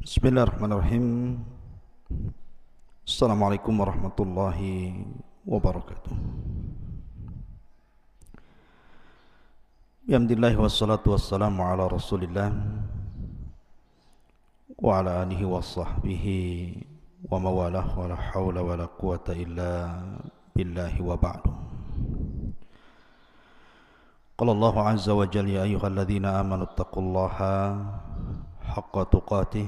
Bismillahirrahmanirrahim. Assalamualaikum warahmatullahi wabarakatuh. Alhamdulillah wassalatu wassalamu ala Rasulillah wa ala alihi wa sahbihi wa mawalah wa la hawla wa la quwata illa billahi wa ba'du. Qala Allahu azza wa jalla ya ayyuhalladzina amanu taqullaha haqqa tuqatih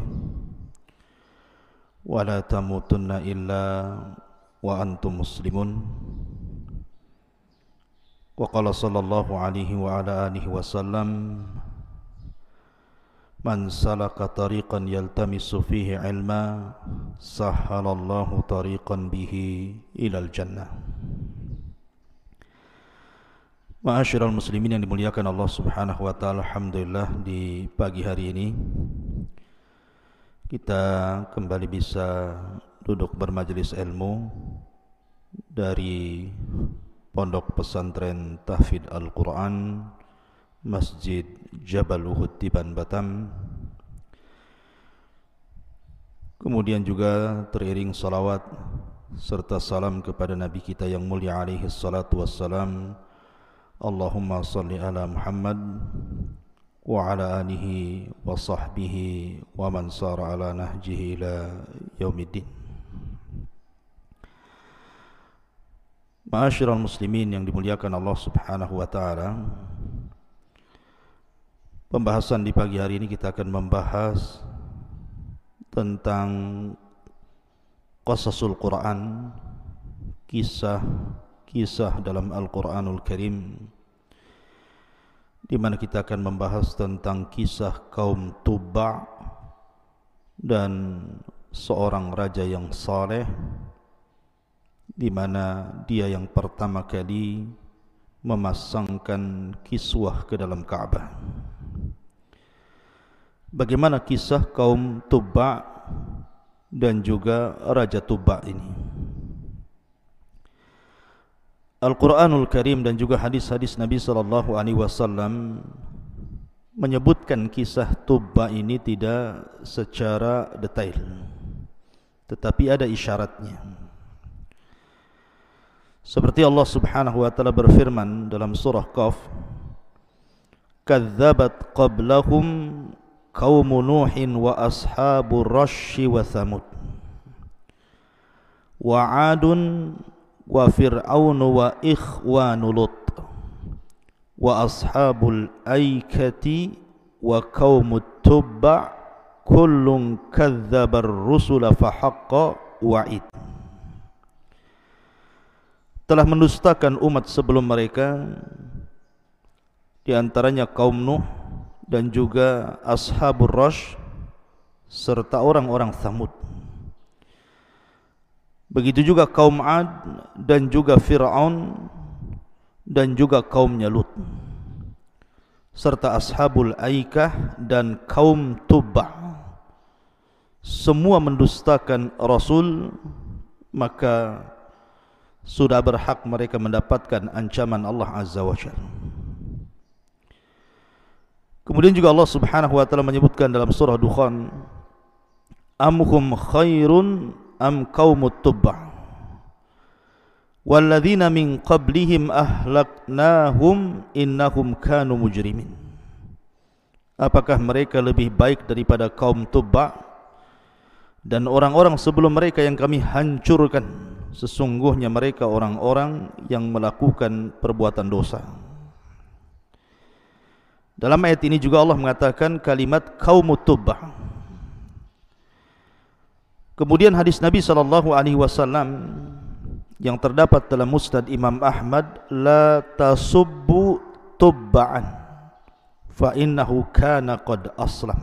wa la tamutunna illa wa antum muslimun. Wa qala sallallahu alaihi wa ala alihi wasallam, man salaka tariqan yaltamisu fihi ilma sahhalallahu tariqan bihi ilal jannah. Ma'asyiral muslimin yang dimuliakan Allah Subhanahu wa taala, alhamdulillah di pagi hari ini kita kembali bisa duduk bermajelis ilmu dari Pondok Pesantren Tahfidz Al-Quran Masjid Jabal Uhud Tiban Batam. Kemudian juga teriring salawat serta salam kepada Nabi kita yang mulia alaihi salatu wassalam. Allahumma salli ala Muhammad wa ala alihi wa sahbihi wa man sara ala nahjihi ila yaumiddin. Ma'asyiral muslimin yang dimuliakan Allah Subhanahu wa taala, pembahasan di pagi hari ini kita akan membahas tentang qasasul Quran, kisah dalam Al-Quranul Karim, di mana kita akan membahas tentang kisah kaum Tubba dan seorang raja yang saleh, di mana dia yang pertama kali memasangkan kiswah ke dalam Ka'bah. Bagaimana kisah kaum Tubba dan juga raja Tubba ini? Al-Quranul Karim dan juga hadis-hadis Nabi SAW menyebutkan kisah Tubba ini tidak secara detail, tetapi ada isyaratnya. Seperti Allah Subhanahu wa taala berfirman dalam surah Qaf, "Kadzabat qablahum qaum Nuhin wa ashabur Rasy wa Thamud wa 'Adun wa Fir'aun wa ikhwanu Lut wa ashabul aikati wa qaumut Tubba kullun kadzabar rusula fa haqqa wa'id." Telah mendustakan umat sebelum mereka, di antaranya kaum Nuh dan juga ashabur Rasy serta orang-orang Thamud. Begitu juga kaum Ad dan juga Fir'aun dan juga kaumnya Lut, serta ashabul Aikah dan kaum Tubba. Semua mendustakan Rasul, maka sudah berhak mereka mendapatkan ancaman Allah Azza wa Jalla. Kemudian juga Allah Subhanahu wa taala menyebutkan dalam surah Dukhan, amhum khairun am qaumut Tubba walladzina min qablihim ahlaknahum innahum kanu mujrimin. Apakah mereka lebih baik daripada kaum Tubba dan orang-orang sebelum mereka yang kami hancurkan? Sesungguhnya mereka orang-orang yang melakukan perbuatan dosa. Dalam ayat ini juga Allah mengatakan kalimat kaumut Tubba. Kemudian hadis Nabi SAW yang terdapat dalam Musnad Imam Ahmad, la tasubbu tubba'an fa innahu kana qad aslam.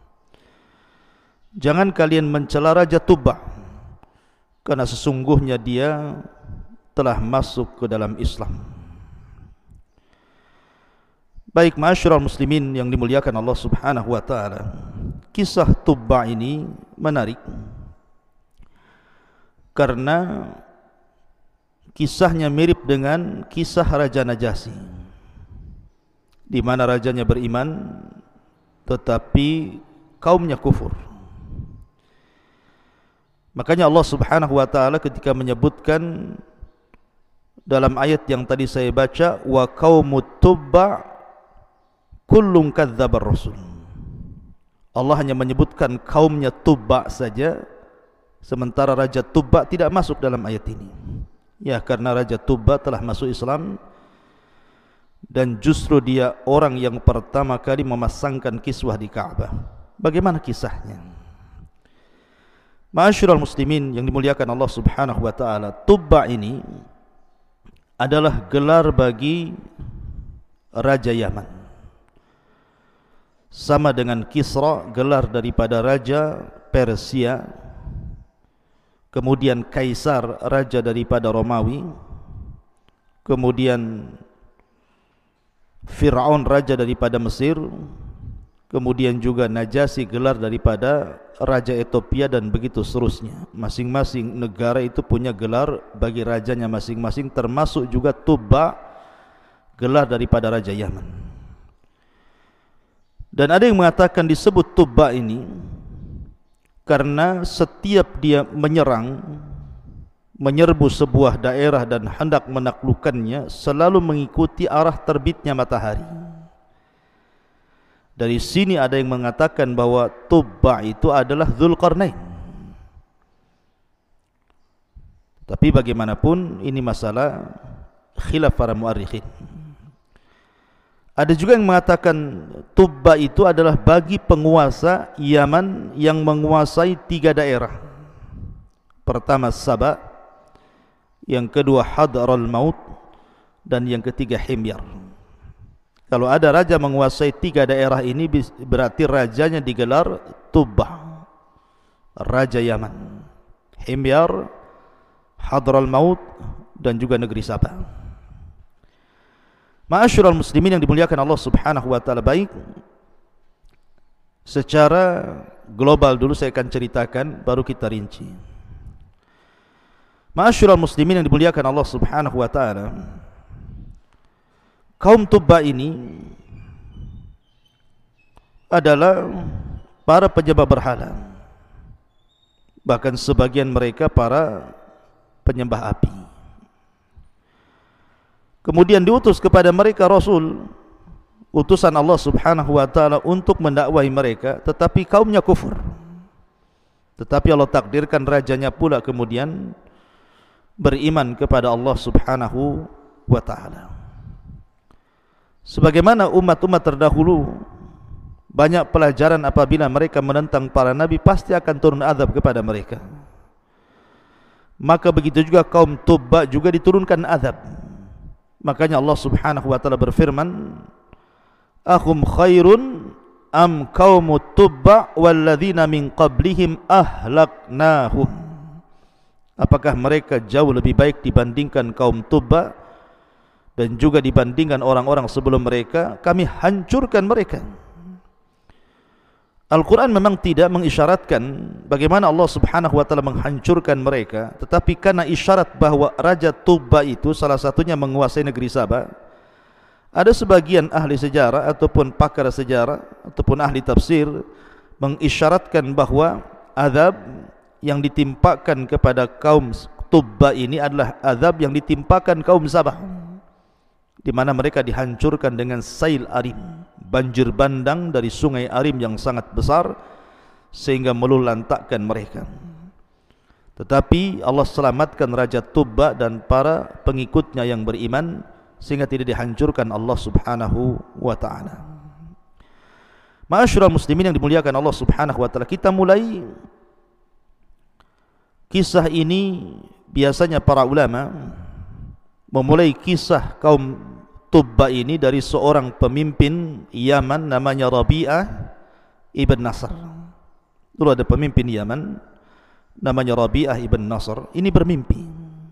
Jangan kalian mencela raja Tubba, karena sesungguhnya dia telah masuk ke dalam Islam. Baik, ma'asyiral muslimin yang dimuliakan Allah Subhanahu wa taala, kisah Tubba ini menarik karena kisahnya mirip dengan kisah Raja Najasyi, di mana rajanya beriman tetapi kaumnya kufur. Makanya Allah Subhanahu wa taala ketika menyebutkan dalam ayat yang tadi saya baca, wa qaumut tubba kullun kadzdzabar rasul. Allah hanya menyebutkan kaumnya Tubba saja, sementara Raja Tubba tidak masuk dalam ayat ini. Ya, karena Raja Tubba telah masuk Islam dan justru dia orang yang pertama kali memasangkan kiswah di Ka'bah. Bagaimana kisahnya? Ma'asyiral muslimin yang dimuliakan Allah Subhanahu wa taala, Tubba ini adalah gelar bagi Raja Yaman. Sama dengan Kisra, gelar daripada Raja Persia. Kemudian Kaisar, raja daripada Romawi. Kemudian Fir'aun, raja daripada Mesir. Kemudian juga Najasyi, gelar daripada Raja Ethiopia, dan begitu seterusnya. Masing-masing negara itu punya gelar bagi rajanya masing-masing, termasuk juga Tubba, gelar daripada Raja Yaman. Dan ada yang mengatakan disebut Tubba ini karena setiap dia menyerbu sebuah daerah dan hendak menaklukkannya, selalu mengikuti arah terbitnya matahari. Dari sini ada yang mengatakan bahwa Tubba itu adalah Dzulqarnain. Tapi bagaimanapun ini masalah khilaf para muarrikhin. Ada juga yang mengatakan Tubba itu adalah bagi penguasa Yaman yang menguasai 3 daerah. Pertama Saba, yang kedua Hadraul Maut, dan yang ketiga Himyar. Kalau ada raja menguasai 3 daerah ini, berarti rajanya digelar Tubba, Raja Yaman, Himyar, Hadraul Maut, dan juga negeri Saba. Ma'asyiral muslimin yang dimuliakan Allah Subhanahu wa taala, baik secara global dulu saya akan ceritakan, baru kita rinci. Ma'asyiral muslimin yang dimuliakan Allah Subhanahu wa taala, kaum Tubba ini adalah para penyembah berhala. Bahkan sebagian mereka para penyembah api. Kemudian diutus kepada mereka Rasul, utusan Allah Subhanahu wa taala untuk mendakwahi mereka, tetapi kaumnya kufur. Tetapi Allah takdirkan rajanya pula kemudian beriman kepada Allah Subhanahu wa taala. Sebagaimana umat-umat terdahulu, banyak pelajaran apabila mereka menentang para nabi, pasti akan turun azab kepada mereka. Maka begitu juga kaum Tubba juga diturunkan azab. Makanya Allah Subhanahu wa taala berfirman, "Ahum khairun am qaumut Tubba walladzina min qablihim ahlaknahum." Apakah mereka jauh lebih baik dibandingkan kaum Tubba dan juga dibandingkan orang-orang sebelum mereka? Kami hancurkan mereka. Al-Quran memang tidak mengisyaratkan bagaimana Allah Subhanahu wa taala menghancurkan mereka, tetapi karena isyarat bahwa Raja Tubba itu salah satunya menguasai negeri Saba, ada sebagian ahli sejarah ataupun pakar sejarah ataupun ahli tafsir mengisyaratkan bahwa azab yang ditimpakan kepada kaum Tubba ini adalah azab yang ditimpakan kaum Sabah, di mana mereka dihancurkan dengan sail arim, banjir bandang dari sungai Arim yang sangat besar sehingga melulantakkan mereka. Tetapi Allah selamatkan Raja Tubba dan para pengikutnya yang beriman sehingga tidak dihancurkan Allah Subhanahu wa taala. Ma'asyiral muslimin yang dimuliakan Allah Subhanahu wa taala, kita mulai kisah ini. Biasanya para ulama memulai kisah kaum Tubba ini dari seorang pemimpin Yaman namanya Rabi'ah ibn Nasr. Dulu ada pemimpin Yaman namanya Rabi'ah ibn Nasr. Ini bermimpi.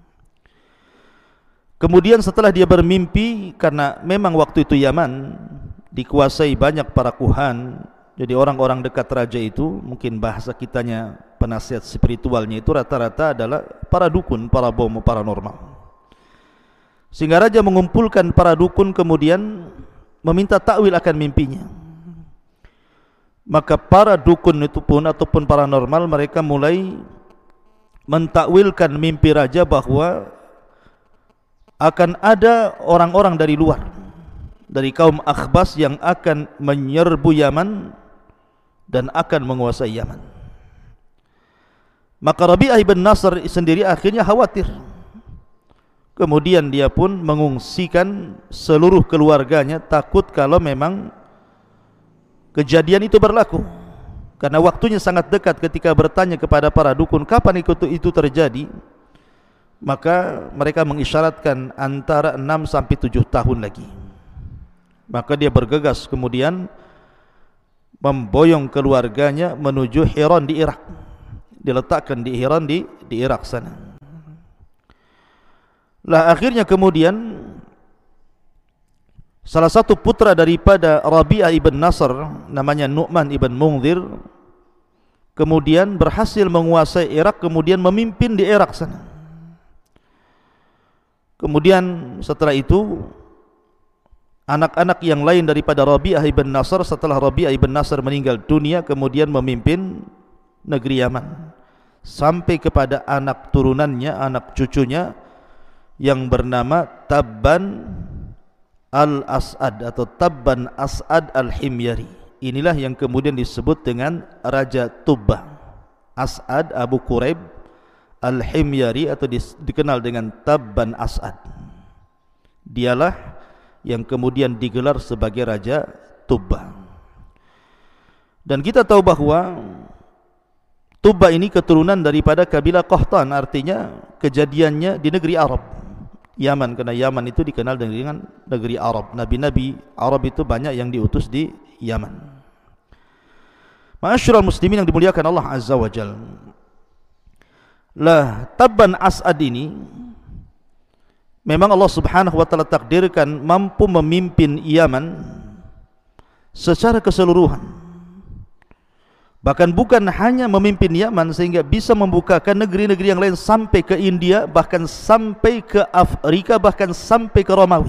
Kemudian setelah dia bermimpi, karena memang waktu itu Yaman dikuasai banyak para kuhan, jadi orang-orang dekat raja itu, mungkin bahasa kitanya penasihat spiritualnya itu rata-rata adalah para dukun, para bomo paranormal. Sehingga raja mengumpulkan para dukun kemudian meminta takwil akan mimpinya. Maka para dukun itu pun ataupun paranormal mereka mulai mentakwilkan mimpi raja bahwa akan ada orang-orang dari luar, dari kaum Akhbas yang akan menyerbu Yaman dan akan menguasai Yaman. Maka Rabi'ah ibn Nasr sendiri akhirnya khawatir. Kemudian dia pun mengungsikan seluruh keluarganya, takut kalau memang kejadian itu berlaku. Karena waktunya sangat dekat. Ketika bertanya kepada para dukun kapan itu terjadi, maka mereka mengisyaratkan antara 6 sampai 7 tahun lagi. Maka dia bergegas kemudian memboyong keluarganya menuju Hiran di Irak. Diletakkan di Hiran di Irak sana. Lah akhirnya kemudian salah satu putra daripada Rabi'ah ibn Nasr, namanya Nu'man ibn Munzir, kemudian berhasil menguasai Irak, kemudian memimpin di Irak sana. Kemudian setelah itu anak-anak yang lain daripada Rabi'ah ibn Nasr, setelah Rabi'ah ibn Nasr meninggal dunia, kemudian memimpin negeri Yaman sampai kepada anak turunannya, anak cucunya yang bernama Tabban al-As'ad atau Tabban As'ad al-Himyari. Inilah yang kemudian disebut dengan Raja Tubbah. As'ad Abu Quraib al-Himyari atau dikenal dengan Tabban As'ad. Dialah yang kemudian digelar sebagai Raja Tubbah. Dan kita tahu bahwa Tubbah ini keturunan daripada kabilah Qahtan, artinya kejadiannya di negeri Arab, Yaman, karena Yaman itu dikenal dengan negeri Arab. Nabi-nabi Arab itu banyak yang diutus di Yaman. Ma'asyiral muslimin yang dimuliakan Allah Azza wa Jalla. Lah Tabban As'ad ini memang Allah Subhanahu wa taala takdirkan mampu memimpin Yaman secara keseluruhan. Bahkan bukan hanya memimpin Yaman sehingga bisa membukakan negeri-negeri yang lain sampai ke India, bahkan sampai ke Afrika, bahkan sampai ke Romawi.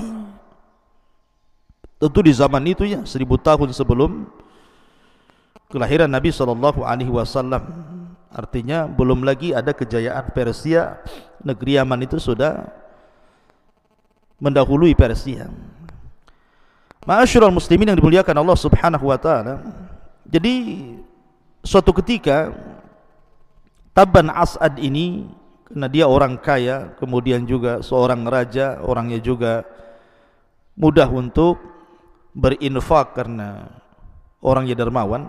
Tentu di zaman itu ya, 1000 tahun sebelum kelahiran Nabi SAW. Artinya belum lagi ada kejayaan Persia. Negeri Yaman itu sudah mendahului Persia. Ma'asyiral muslimin yang dimuliakan Allah Subhanahu wa taala. Jadi suatu ketika Tabban As'ad ini, karena dia orang kaya, kemudian juga seorang raja, orangnya juga mudah untuk berinfak karena orangnya dermawan,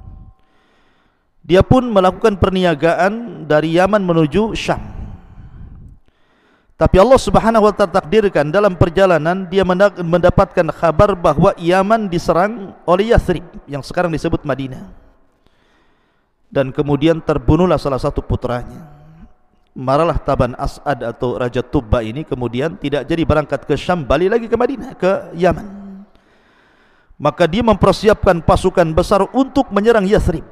dia pun melakukan perniagaan dari Yaman menuju Syam. Tapi Allah Subhanahu wa taala takdirkan dalam perjalanan dia mendapatkan kabar bahwa Yaman diserang oleh Yathrib yang sekarang disebut Madinah. Dan kemudian terbunuhlah salah satu putranya. Maralah Tabban As'ad atau Raja Tubbah ini kemudian tidak jadi berangkat ke Syam, balik lagi ke Madinah, ke Yaman. Maka dia mempersiapkan pasukan besar untuk menyerang Yathrib.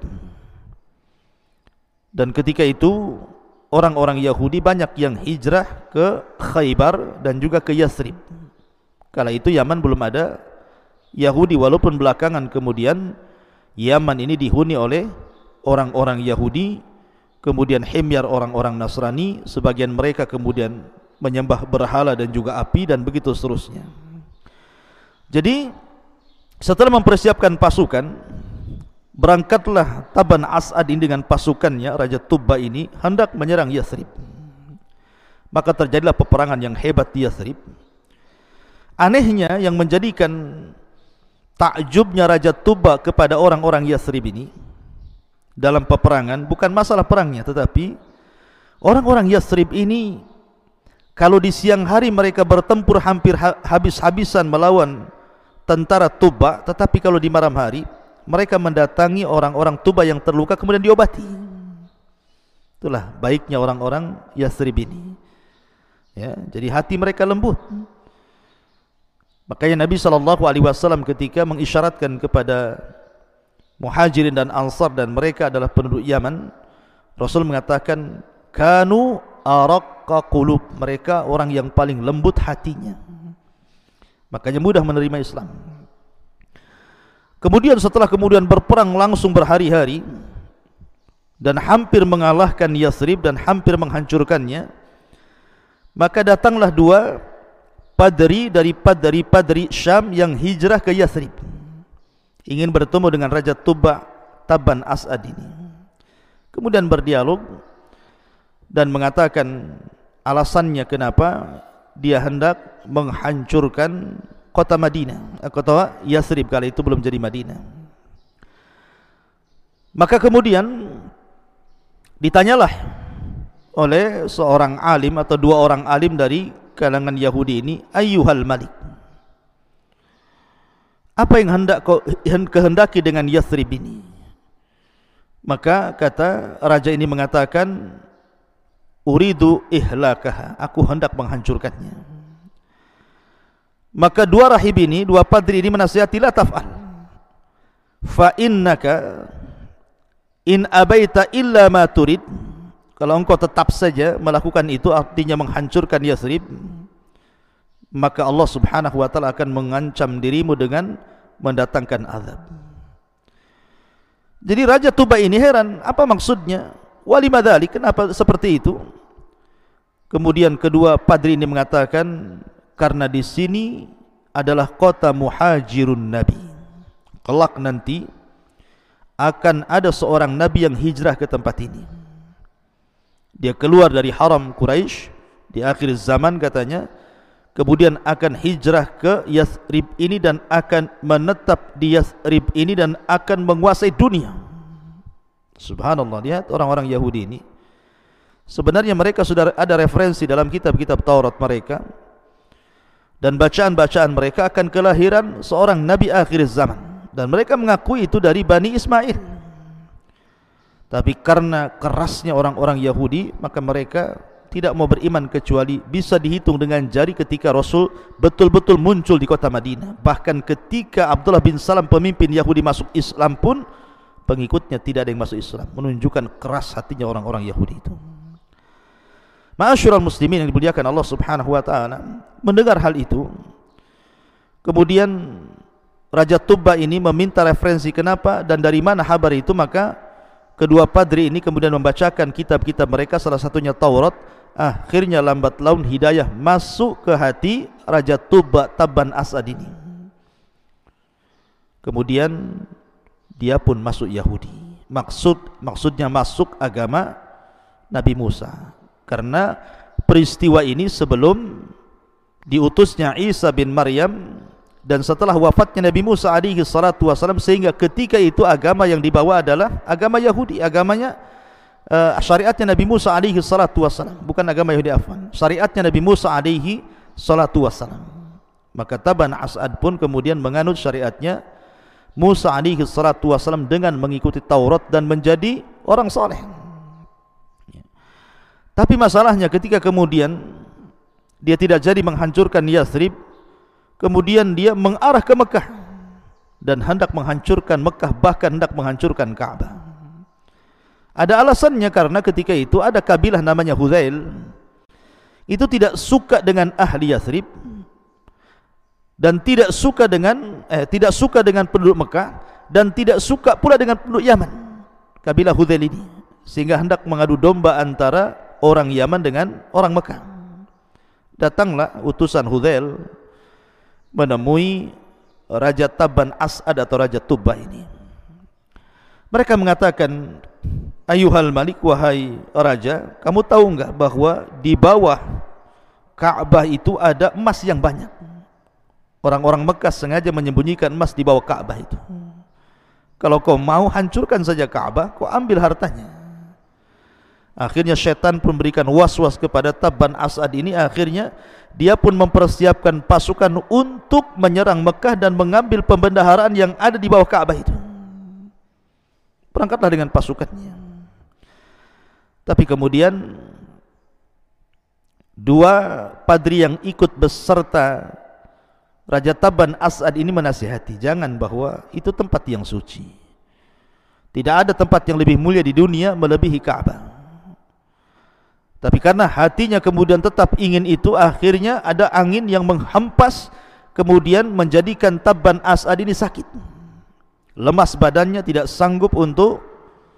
Dan ketika itu orang-orang Yahudi banyak yang hijrah ke Khaybar dan juga ke Yathrib. Kala itu Yaman belum ada Yahudi, walaupun belakangan kemudian Yaman ini dihuni oleh orang-orang Yahudi, kemudian Himyar orang-orang Nasrani, sebagian mereka kemudian menyembah berhala dan juga api, dan begitu seterusnya. Jadi setelah mempersiapkan pasukan, berangkatlah Tabban As'ad ini dengan pasukannya, Raja Tubbah ini hendak menyerang Yathrib. Maka terjadilah peperangan yang hebat di Yathrib. Anehnya yang menjadikan takjubnya Raja Tubbah kepada orang-orang Yathrib ini dalam peperangan bukan masalah perangnya, tetapi orang-orang Yathrib ini kalau di siang hari mereka bertempur hampir habis-habisan melawan tentara Tubbah, tetapi kalau di malam hari mereka mendatangi orang-orang Tubbah yang terluka kemudian diobati. Itulah baiknya orang-orang Yathrib ini ya, jadi hati mereka lembut. Makanya Nabi SAW ketika mengisyaratkan kepada Muhajirin dan Ansar, dan mereka adalah penduduk Yaman, Rasul mengatakan kanu araqqa qulub, mereka orang yang paling lembut hatinya, makanya mudah menerima Islam. Kemudian setelah berperang langsung berhari-hari dan hampir mengalahkan Yathrib dan hampir menghancurkannya, maka datanglah dua padri dari padri Syam yang hijrah ke Yathrib, ingin bertemu dengan Raja Tubba Taban As'ad ini. Kemudian berdialog dan mengatakan alasannya kenapa dia hendak menghancurkan kota Madinah, kota Yathrib, kala itu belum jadi Madinah. Maka kemudian ditanyalah oleh seorang alim atau dua orang alim dari kalangan Yahudi ini, ayyuhal malik, apa yang hendak kau kehendaki dengan Yathrib ini? Maka kata raja ini mengatakan, uridu ihlakaha, aku hendak menghancurkannya. Maka dua rahib ini, dua padri ini menasihati, la taf'al, fa innaka in abaita illa ma turid, kalau engkau tetap saja melakukan itu, artinya menghancurkan Yathrib, maka Allah subhanahu wa ta'ala akan mengancam dirimu dengan mendatangkan azab. Jadi Raja Tubba ini heran, apa maksudnya? Walima dzalik, kenapa seperti itu? Kemudian kedua padri ini mengatakan, karena di sini adalah kota muhajirun nabi, kelak nanti akan ada seorang nabi yang hijrah ke tempat ini. Dia keluar dari haram Quraisy di akhir zaman katanya, kemudian akan hijrah ke Yathrib ini dan akan menetap di Yathrib ini dan akan menguasai dunia. Subhanallah, lihat orang-orang Yahudi ini. Sebenarnya mereka sudah ada referensi dalam kitab-kitab Taurat mereka, dan bacaan-bacaan mereka akan kelahiran seorang nabi akhir zaman, dan mereka mengakui itu dari Bani Ismail. Tapi karena kerasnya orang-orang Yahudi, maka mereka tidak mau beriman kecuali bisa dihitung dengan jari ketika Rasul betul-betul muncul di kota Madinah. Bahkan ketika Abdullah bin Salam pemimpin Yahudi masuk Islam pun, pengikutnya tidak ada yang masuk Islam, menunjukkan keras hatinya orang-orang Yahudi itu. Ma'asyiral muslimin yang dimuliakan Allah subhanahu wa ta'ala, mendengar hal itu, kemudian Raja Tubba ini meminta referensi kenapa dan dari mana kabar itu. Maka kedua padri ini kemudian membacakan kitab-kitab mereka, salah satunya Taurat. Akhirnya lambat laun hidayah masuk ke hati Raja Tubba Taban As'ad ini. Kemudian dia pun masuk Yahudi. Maksudnya masuk agama Nabi Musa. Karena peristiwa ini sebelum diutusnya Isa bin Maryam dan setelah wafatnya Nabi Musa alaihi salatu wasalam, sehingga ketika itu agama yang dibawa adalah agama Yahudi, agamanya syariatnya Nabi Musa alaihi salatu wasalam, bukan agama Yahudi, afwan, syariatnya Nabi Musa alaihi salatu wasalam. Maka Taban As'ad pun kemudian menganut syariatnya Musa alaihi salatu wasalam dengan mengikuti Taurat dan menjadi orang saleh. Tapi masalahnya ketika kemudian dia tidak jadi menghancurkan Yathrib, kemudian dia mengarah ke Mekah dan hendak menghancurkan Mekah, bahkan hendak menghancurkan Ka'bah. Ada alasannya, karena ketika itu ada kabilah namanya Hudzail, itu tidak suka dengan ahli Yathrib dan tidak suka dengan penduduk Mekah, dan tidak suka pula dengan penduduk Yaman, kabilah Hudzail ini, sehingga hendak mengadu domba antara orang Yaman dengan orang Mekah. Datanglah utusan Hudzail menemui Raja Taban As'ad atau Raja Tubba ini. Mereka mengatakan, ayyuhal malik, wahai raja, kamu tahu enggak bahwa di bawah Ka'bah itu ada emas yang banyak? Orang-orang Mekah sengaja menyembunyikan emas di bawah Ka'bah itu. Kalau kau mau hancurkan saja Ka'bah, kau ambil hartanya. Akhirnya syaitan pun memberikan was-was kepada Taban As'ad ini. Akhirnya dia pun mempersiapkan pasukan untuk menyerang Mekah dan mengambil pembendaharaan yang ada di bawah Ka'bah itu. Berangkatlah dengan pasukannya. Tapi kemudian dua padri yang ikut beserta Raja Taban As'ad ini menasihati, jangan, bahwa itu tempat yang suci. Tidak ada tempat yang lebih mulia di dunia melebihi Ka'bah. Tapi karena hatinya kemudian tetap ingin itu, akhirnya ada angin yang menghempas, kemudian menjadikan Taban As'ad ini sakit. Lemas badannya, tidak sanggup untuk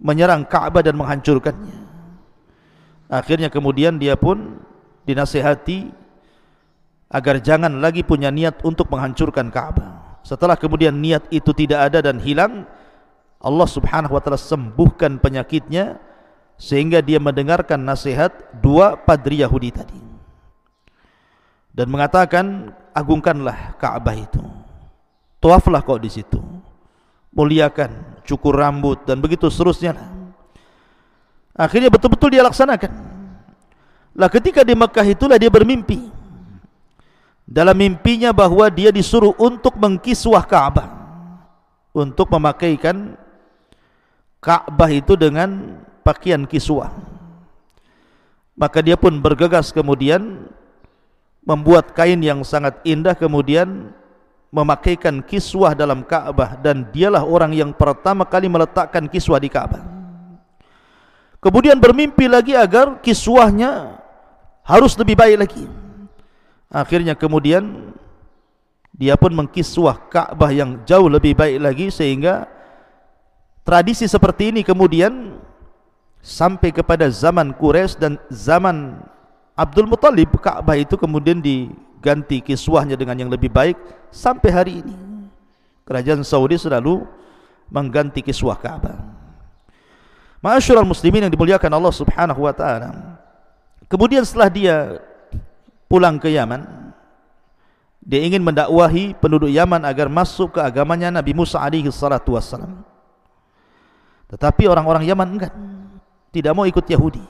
menyerang Ka'bah dan menghancurkannya. Akhirnya kemudian dia pun dinasihati agar jangan lagi punya niat untuk menghancurkan Ka'bah. Setelah kemudian niat itu tidak ada dan hilang, Allah Subhanahu wa taala sembuhkan penyakitnya sehingga dia mendengarkan nasihat dua padri Yahudi tadi dan mengatakan, agungkanlah Ka'bah itu, tawaflah kau di situ, muliakan, cukur rambut dan begitu seterusnya. Akhirnya betul-betul dia laksanakan. Lah ketika di Mekah itulah dia bermimpi. Dalam mimpinya bahwa dia disuruh untuk mengkiswah Ka'bah, untuk memakaikan Ka'bah itu dengan pakaian kiswah. Maka dia pun bergegas kemudian membuat kain yang sangat indah, kemudian memakaikan kiswah dalam Ka'bah, dan dialah orang yang pertama kali meletakkan kiswah di Ka'bah. Kemudian bermimpi lagi agar kiswahnya harus lebih baik lagi. Akhirnya kemudian dia pun mengkiswah Ka'bah yang jauh lebih baik lagi, sehingga tradisi seperti ini kemudian sampai kepada zaman Quraisy dan zaman Abdul Muttalib. Ka'bah itu kemudian diganti kiswahnya dengan yang lebih baik sampai hari ini. Kerajaan Saudi selalu mengganti kiswah Ka'bah. Ma'asyiral muslimin yang dimuliakan Allah Subhanahu wa taala. Kemudian setelah dia pulang ke Yaman, dia ingin mendakwahi penduduk Yaman agar masuk ke agamanya Nabi Musa alaihi salatu wassalam. Tetapi orang-orang Yaman enggak, tidak mau ikut Yahudi.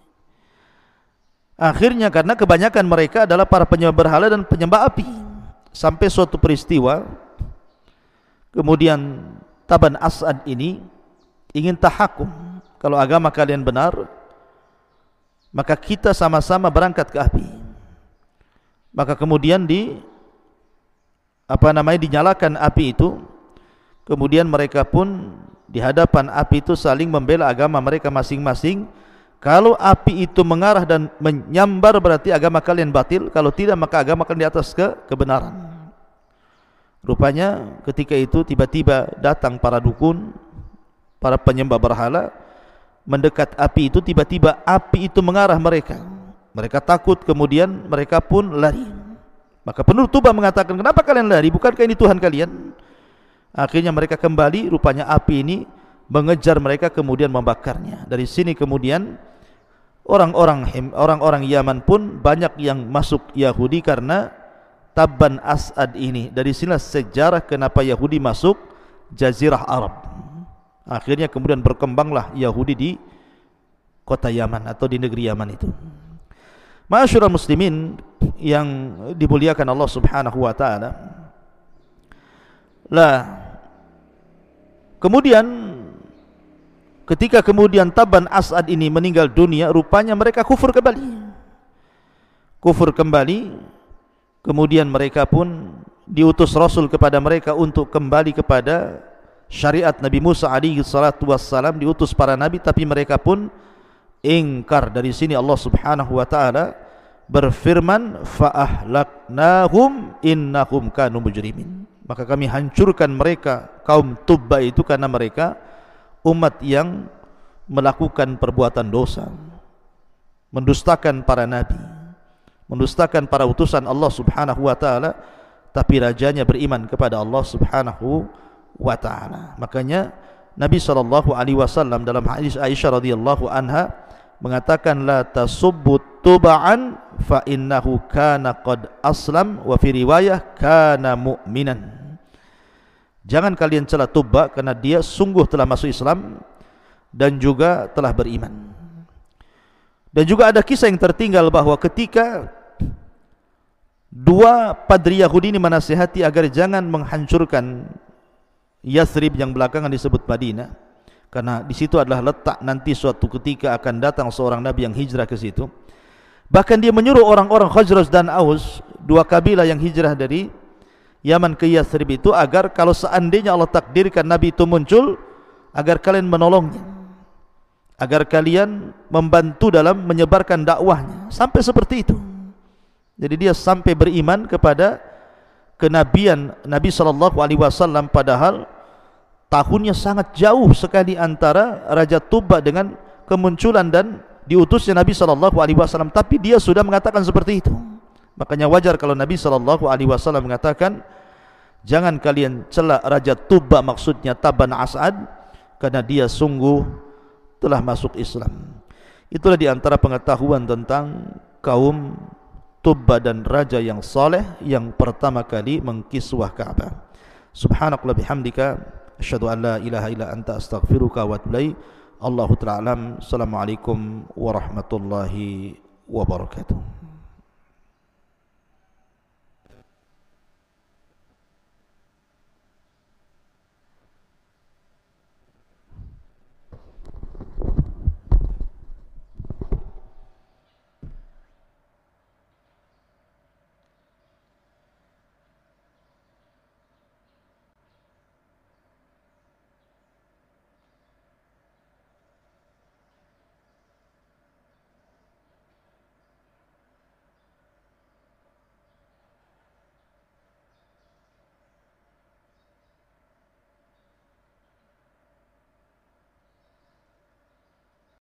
Akhirnya karena kebanyakan mereka adalah para penyembah berhala dan penyembah api, sampai suatu peristiwa kemudian Taban As'ad ini ingin tahakum, kalau agama kalian benar maka kita sama-sama berangkat ke api. Maka kemudian dinyalakan api itu, kemudian mereka pun di hadapan api itu saling membela agama mereka masing-masing. Kalau api itu mengarah dan menyambar berarti agama kalian batil, kalau tidak maka agama kalian di atas kebenaran. Rupanya ketika itu tiba-tiba datang para dukun, para penyembah berhala mendekat api itu, tiba-tiba api itu mengarah mereka. Mereka takut, kemudian mereka pun lari. Maka penduduk Tuba mengatakan, kenapa kalian lari? Bukankah ini Tuhan kalian? Akhirnya mereka kembali, rupanya api ini mengejar mereka kemudian membakarnya. Dari sini kemudian orang-orang Yaman pun banyak yang masuk Yahudi karena Taban As'ad ini. Dari sinilah sejarah kenapa Yahudi masuk Jazirah Arab. Akhirnya kemudian berkembanglah Yahudi di kota Yaman atau di negeri Yaman itu. Ma'asyiral muslimin yang dimuliakan Allah Subhanahu wa taala. Lah kemudian ketika kemudian Taban As'ad ini meninggal dunia, rupanya mereka kufur kembali. Kemudian mereka pun diutus Rasul kepada mereka untuk kembali kepada syariat Nabi Musa alaihi salatu wassalam, diutus para nabi, tapi mereka pun ingkar. Dari sini Allah Subhanahu wa taala berfirman, fa ahlaknahum innahum kanu mujrimin. Maka kami hancurkan mereka, kaum Tubba itu, karena mereka umat yang melakukan perbuatan dosa, mendustakan para nabi, mendustakan para utusan Allah Subhanahu wa taala, tapi rajanya beriman kepada Allah Subhanahu wa taala. Makanya Nabi sallallahu alaihi wasallam dalam hadis Aisyah radhiyallahu anha mengatakan, la tasubbu tuba'an fa innahu kana qad aslam, wa fi riwayah kana mu'minan. Jangan kalian cela Tubba, karena dia sungguh telah masuk Islam dan juga telah beriman. Dan juga ada kisah yang tertinggal bahwa ketika dua padri Yahudi ini menasihati agar jangan menghancurkan Yathrib yang belakangan disebut Madinah, karena di situ adalah letak nanti suatu ketika akan datang seorang nabi yang hijrah ke situ. Bahkan dia menyuruh orang-orang Khazraj dan Aus, dua kabilah yang hijrah dari Yaman ke Yathrib itu, agar kalau seandainya Allah takdirkan nabi itu muncul, agar kalian menolongnya, agar kalian membantu dalam menyebarkan dakwahnya. Sampai seperti itu. Jadi dia sampai beriman kepada kenabian Nabi sallallahu alaihi wasallam, padahal tahunnya sangat jauh sekali antara Raja Tubba dengan kemunculan dan diutusnya Nabi SAW, tapi dia sudah mengatakan seperti itu. Makanya wajar kalau Nabi SAW mengatakan, jangan kalian celak Raja Tubba, maksudnya Taban As'ad, karena dia sungguh telah masuk Islam. Itulah di antara pengetahuan tentang kaum Tubba dan raja yang saleh yang pertama kali mengkiswah Ka'bah. Subhanakallah bihamdika, asyhadu an la ilaha illa anta, astaghfiruka wa atubu ilaik. Allahu ta'ala alam. Assalamualaikum warahmatullahi wabarakatuh.